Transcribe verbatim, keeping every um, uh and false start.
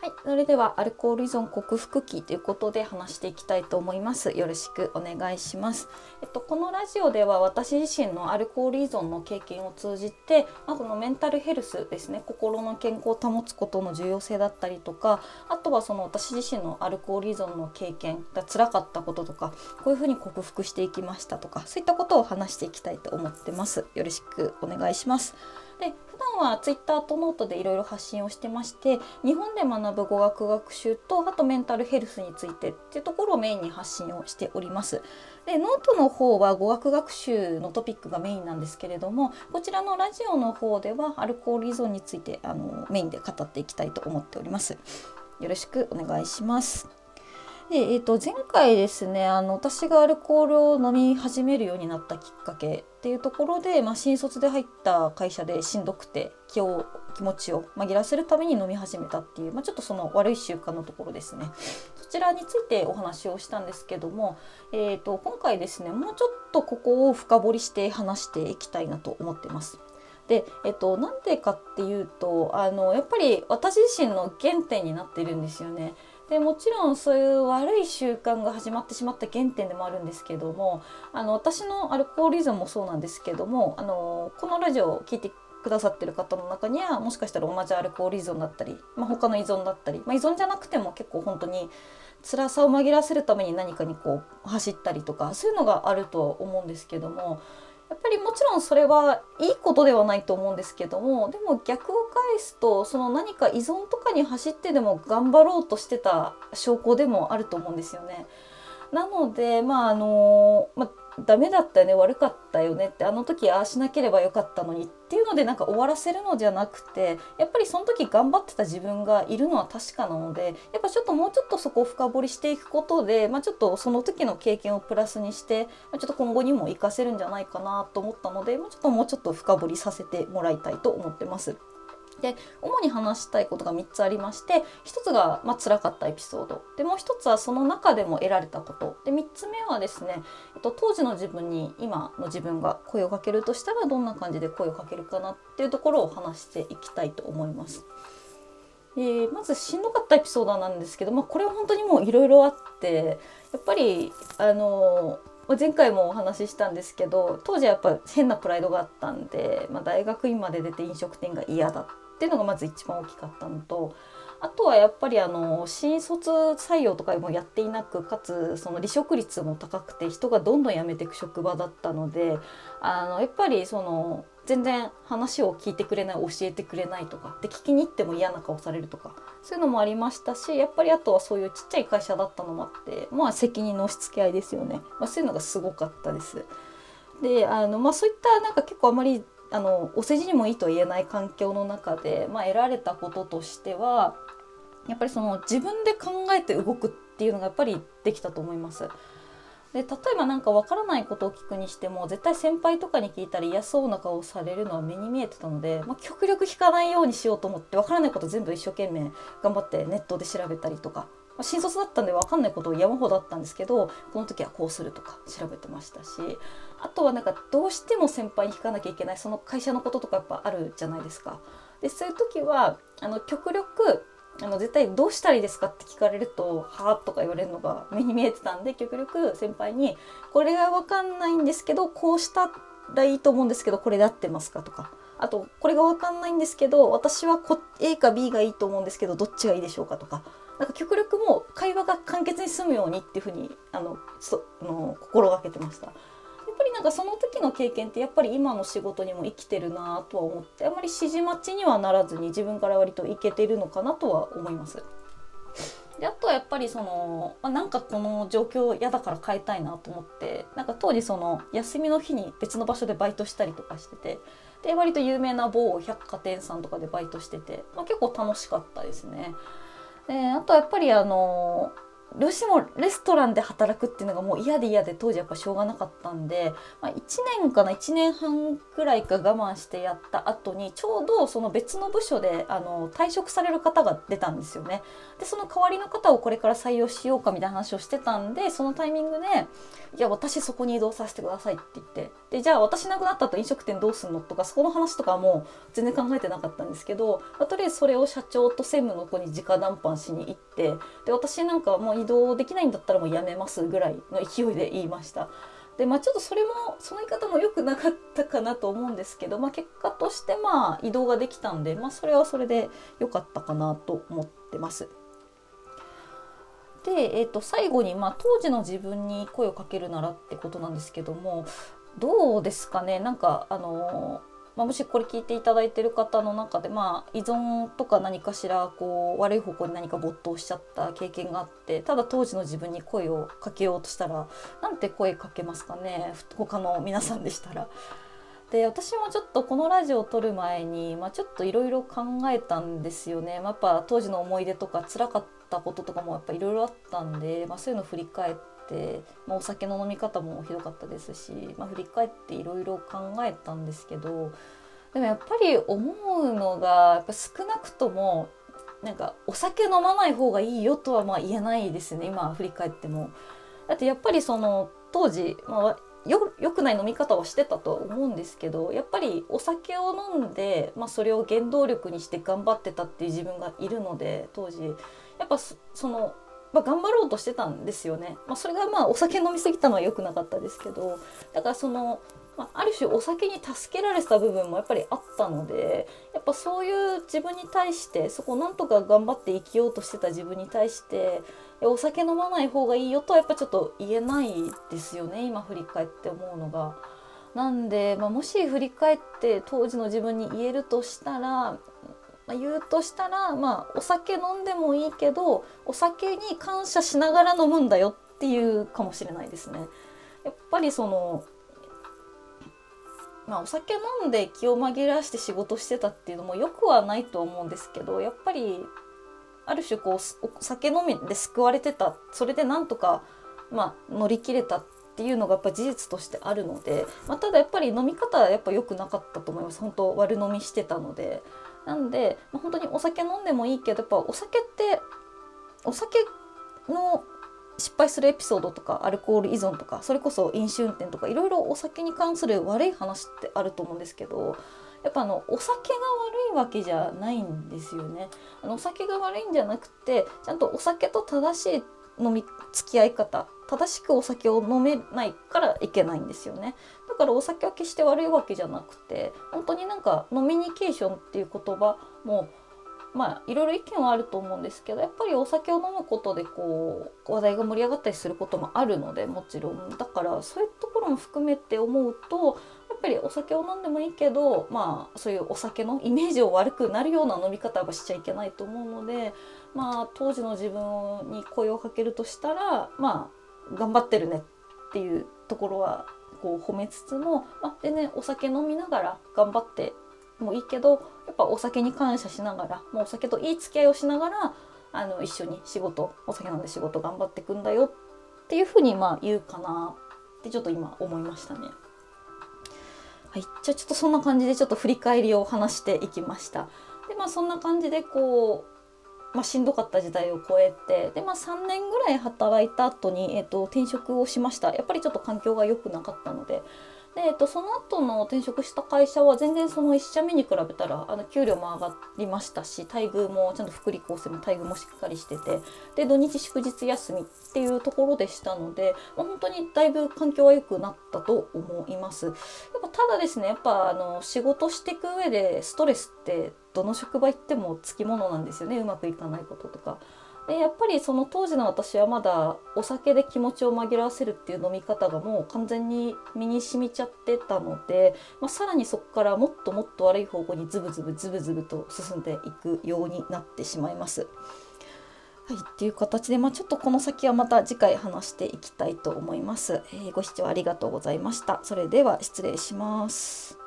はい、それではアルコール依存克服期ということで話していきたいと思います。よろしくお願いします。えっと、このラジオでは私自身のアルコール依存の経験を通じて、まあ、このメンタルヘルスですね、心の健康を保つことの重要性だったりとか、あとはその私自身のアルコール依存の経験が辛かったこととか、こういうふうに克服していきましたとか、そういったことを話していきたいと思ってます。よろしくお願いします。で、普段はツイッターとノートでいろいろ発信をしてまして、日本で学ぶ語学学習とあとメンタルヘルスについてっていうところをメインに発信をしております。で、ノートの方は語学学習のトピックがメインなんですけれども、こちらのラジオの方ではアルコール依存についてあのメインで語っていきたいと思っております。よろしくお願いします。で、えー、と前回ですね、あの私がアルコールを飲み始めるようになったきっかけっていうところで、まあ、新卒で入った会社でしんどくて気を気持ちを紛らせるために飲み始めたっていう、まあ、ちょっとその悪い習慣のところですね。そちらについてお話をしたんですけども、えー、と今回ですね、もうちょっとここを深掘りして話していきたいなと思ってます。で、えっと、なんでかっていうと、あのやっぱり私自身の原点になってるんですよね。でもちろんそういう悪い習慣が始まってしまった原点でもあるんですけども、あの私のアルコール依存もそうなんですけども、あのこのラジオを聞いてくださってる方の中にはもしかしたら同じアルコール依存だったり、まあ、他の依存だったり、まあ、依存じゃなくても結構本当に辛さを紛らわせるために何かにこう走ったりとか、そういうのがあるとは思うんですけども、やっぱりもちろんそれはいいことではないと思うんですけども、でも逆を返すと、その何か依存とかに走ってでも頑張ろうとしてた証拠でもあると思うんですよね。なので、まああのまあ、ダメだったよね、悪かったよねって、あの時ああしなければよかったのにっていうのでなんか終わらせるのじゃなくて、やっぱりその時頑張ってた自分がいるのは確かなので、やっぱちょっともうちょっとそこを深掘りしていくことで、まあ、ちょっとその時の経験をプラスにして、まあ、ちょっと今後にも活かせるんじゃないかなと思ったので、まあ、ちょっともうちょっと深掘りさせてもらいたいと思ってます。で、主に話したいことがみっつありまして、ひとつが、まあ、辛かったエピソードで、もうひとつはその中でも得られたことで、みっつめはですね、えっと、当時の自分に今の自分が声をかけるとしたらどんな感じで声をかけるかなっていうところを話していきたいと思います。えー、まずしんどかったエピソードなんですけど、まあ、これは本当にもういろいろあって、やっぱりあの前回もお話ししたんですけど、当時はやっぱ変なプライドがあったんで、まあ、大学院まで出て飲食店が嫌だっていうのがまず一番大きかったのと、あとはやっぱりあの新卒採用とかもやっていなく、かつその離職率も高くて人がどんどん辞めていく職場だったので、あのやっぱりその全然話を聞いてくれない、教えてくれないとかで、聞きに行っても嫌な顔されるとか、そういうのもありましたし、やっぱりあとはそういうちっちゃい会社だったのもあって、まあ責任の押し付け合いですよね、まあ、そういうのがすごかったです。で、あの、まあ、そういったなんか結構あまりあのお世辞にもいいと言えない環境の中で、まあ、得られたこととしては、やっぱりその自分で考えて動くっていうのがやっぱりできたと思います。で、例えばなんかわからないことを聞くにしても、絶対先輩とかに聞いたら嫌そうな顔をされるのは目に見えてたので、まあ、極力聞かないようにしようと思って、わからないこと全部一生懸命頑張ってネットで調べたりとか、まあ、新卒だったんでわかんないことを山ほどあったんですけど、この時はこうするとか調べてましたし、あとはなんかどうしても先輩に聞かなきゃいけないその会社のこととかやっぱあるじゃないですか。で、そういう時はあの極力あの絶対どうしたらいいですかって聞かれるとはぁとか言われるのが目に見えてたんで、極力先輩にこれが分かんないんですけどこうしたらいいと思うんですけどこれで合ってますかとか、あとこれが分かんないんですけど私はこ A か B がいいと思うんですけどどっちがいいでしょうかとか、なんか極力もう会話が簡潔に済むようにっていうふうにあのそあの心がけてました。やっぱりなんかその時の経験ってやっぱり今の仕事にも生きてるなとは思って、あんまり指示待ちにはならずに自分から割といけてるのかなとは思います。で、あとはやっぱりその、まあ、なんかこの状況嫌だから変えたいなと思って、なんか当時その休みの日に別の場所でバイトしたりとかしてて、で割と有名な某百貨店さんとかでバイトしてて、まあ、結構楽しかったですね。で、あとはやっぱりあのどうしてもレストランで働くっていうのがもう嫌で嫌で当時やっぱしょうがなかったんで、まあ、いちねんかないちねんはんくらいか我慢してやった後にちょうどその別の部署であの退職される方が出たんですよね。でその代わりの方をこれから採用しようかみたいな話をしてたんで、そのタイミングでいや私そこに移動させてくださいって言って、でじゃあ私亡くなった後飲食店どうすんのとかそこの話とかはもう全然考えてなかったんですけど、まあ、とりあえずそれを社長と専務の子に直談判しに行って、で私なんかもう移動できないんだったらもうやめますぐらいの勢いで言いました。でまあちょっとそれもその言い方も良くなかったかなと思うんですけど、まあ、結果としてまあ移動ができたんで、まあ、それはそれで良かったかなと思ってます。で、えー、と最後に、まあ、当時の自分に声をかけるならってことなんですけども、どうですかね。なんかあのーまあ、もしこれ聞いていただいている方の中で、まあ、依存とか何かしらこう悪い方向に何か没頭しちゃった経験があって、ただ当時の自分に声をかけようとしたらなんて声かけますかね、他の皆さんでしたら。で私もちょっとこのラジオを撮る前に、まあ、ちょっといろいろ考えたんですよね。まあ、やっぱ当時の思い出とか辛かったこととかもやっぱいろいろあったんで、まあ、そういうのを振り返って、まあ、お酒の飲み方もひどかったですし、まあ、振り返っていろいろ考えたんですけど、でもやっぱり思うのがやっぱ少なくともなんかお酒飲まない方がいいよとはまあ言えないですね、今振り返っても。だってやっぱりその当時、まあよ良くない飲み方はしてたとは思うんですけど、やっぱりお酒を飲んで、まあ、それを原動力にして頑張ってたっていう自分がいるので、当時やっぱその、まあ、頑張ろうとしてたんですよね。まあ、それがまあお酒飲みすぎたのは良くなかったですけど、だからその、まあ、ある種お酒に助けられてた部分もやっぱりあったので、やっぱそういう自分に対して、そこをなんとか頑張って生きようとしてた自分に対してお酒飲まない方がいいよとはやっぱちょっと言えないですよね、今振り返って思うのが。なんで、まあ、もし振り返って当時の自分に言えるとしたら、まあ、言うとしたら、まあ、お酒飲んでもいいけどお酒に感謝しながら飲むんだよっていうかもしれないですね。やっぱりそのまあ、お酒飲んで気を紛らわして仕事してたっていうのもよくはないと思うんですけど、やっぱりある種こうお酒飲みで救われてた、それでなんとか、まあ、乗り切れたっていうのがやっぱ事実としてあるので、まあ、ただやっぱり飲み方はやっぱ良くなかったと思います。本当悪飲みしてたので。なんで、まあ、本当にお酒飲んでもいいけど、やっぱお酒ってお酒の失敗するエピソードとかアルコール依存とかそれこそ飲酒運転とかいろいろお酒に関する悪い話ってあると思うんですけど、やっぱあのお酒が悪いわけじゃないんですよね。あのお酒が悪いんじゃなくて、ちゃんとお酒と正しい飲み付き合い方、正しくお酒を飲めないからいけないんですよね。だからお酒は決して悪いわけじゃなくて、本当になんか飲みニケーションっていう言葉もまあいろいろ意見はあると思うんですけど、やっぱりお酒を飲むことでこう話題が盛り上がったりすることもあるので、もちろんだからそういうところも含めて思うと、やっぱりお酒を飲んでもいいけど、まあそういうお酒のイメージを悪くなるような飲み方はしちゃいけないと思うので、まあ当時の自分に声をかけるとしたら、まあ頑張ってるねっていうところはこう褒めつつも、まあ、でねお酒飲みながら頑張ってもいいけど、やっぱお酒に感謝しながら、もうお酒といい付き合いをしながらあの一緒に仕事、お酒飲んで仕事頑張っていくんだよっていうふうにまあ言うかなってちょっと今思いましたね。はい、じゃあちょっとそんな感じでちょっと振り返りを話していきました。でまあそんな感じでこう、まあ、しんどかった時代を超えて、で、まあ、さんねんぐらい働いた後に、えーと、転職をしました。やっぱりちょっと環境が良くなかったので。で、えっと、その後の転職した会社は全然そのいっ社目に比べたらあの給料も上がりましたし、待遇もちゃんと福利厚生も待遇もしっかりしてて、で土日祝日休みっていうところでしたので、まあ、本当にだいぶ環境は良くなったと思います。やっぱただですね、やっぱあの仕事していく上でストレスってどの職場行ってもつきものなんですよね。うまくいかないこととか。でやっぱりその当時の私はまだお酒で気持ちを紛らわせるっていう飲み方がもう完全に身に染みちゃってたので、まあ、さらにそこからもっともっと悪い方向にズブズブズブズブと進んでいくようになってしまいます。はい、っていう形で、まあ、ちょっとこの先はまた次回話していきたいと思います。えー、ご視聴ありがとうございました。それでは失礼します。